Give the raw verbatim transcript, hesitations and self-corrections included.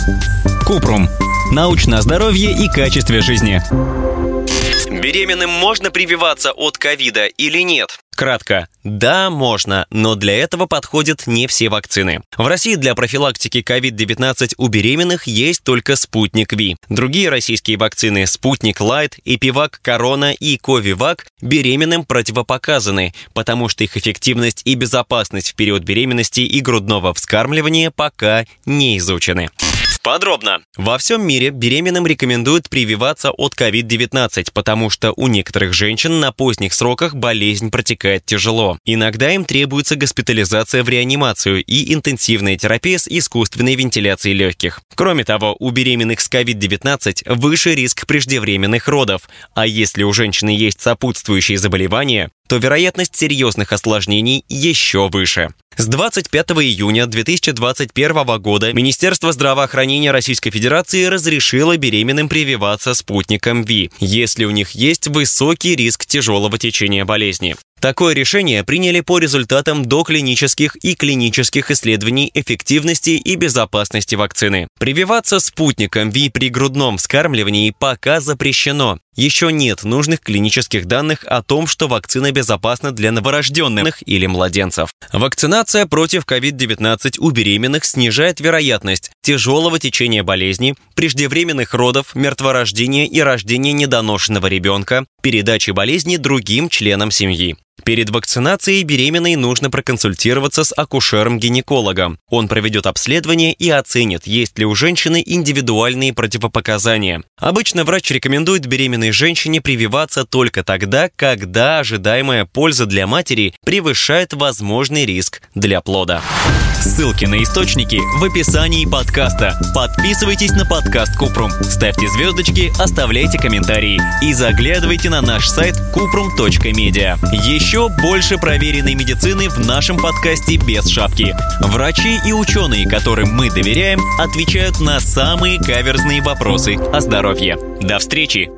Купрум. Научное здоровье и качестве жизни. Беременным можно прививаться от ковида или нет? Кратко. Да, можно, но для этого подходят не все вакцины. В России для профилактики ковид девятнадцать у беременных есть только Спутник Ви. Другие российские вакцины Спутник Лайт, Эпивак Корона и Ковивак беременным противопоказаны, потому что их эффективность и безопасность в период беременности и грудного вскармливания пока не изучены. Подробно. Во всем мире беременным рекомендуют прививаться от ковид девятнадцать, потому что у некоторых женщин на поздних сроках болезнь протекает тяжело. Иногда им требуется госпитализация в реанимацию и интенсивная терапия с искусственной вентиляцией легких. Кроме того, у беременных с ковид девятнадцать выше риск преждевременных родов, а если у женщины есть сопутствующие заболевания, то вероятность серьезных осложнений еще выше. С двадцать пятого июня две тысячи двадцать первого года Министерство здравоохранения Российской Федерации разрешило беременным прививаться спутником Ви, если у них есть высокий риск тяжелого течения болезни. Такое решение приняли по результатам доклинических и клинических исследований эффективности и безопасности вакцины. Прививаться спутником Ви при грудном вскармливании пока запрещено. Еще нет нужных клинических данных о том, что вакцина безопасна для новорожденных или младенцев. Вакцинация против ковид девятнадцать у беременных снижает вероятность тяжелого течения болезни, преждевременных родов, мертворождения и рождения недоношенного ребенка, передачи болезни другим членам семьи. Перед вакцинацией беременной нужно проконсультироваться с акушером-гинекологом. Он проведет обследование и оценит, есть ли у женщины индивидуальные противопоказания. Обычно врач рекомендует беременной женщине прививаться только тогда, когда ожидаемая польза для матери превышает возможный риск для плода. Ссылки на источники в описании подкаста. Подписывайтесь на подкаст Купрум, ставьте звездочки, оставляйте комментарии и заглядывайте на наш сайт купрум точка медиа. Еще больше проверенной медицины в нашем подкасте без шапки. Врачи и ученые, которым мы доверяем, отвечают на самые каверзные вопросы о здоровье. До встречи!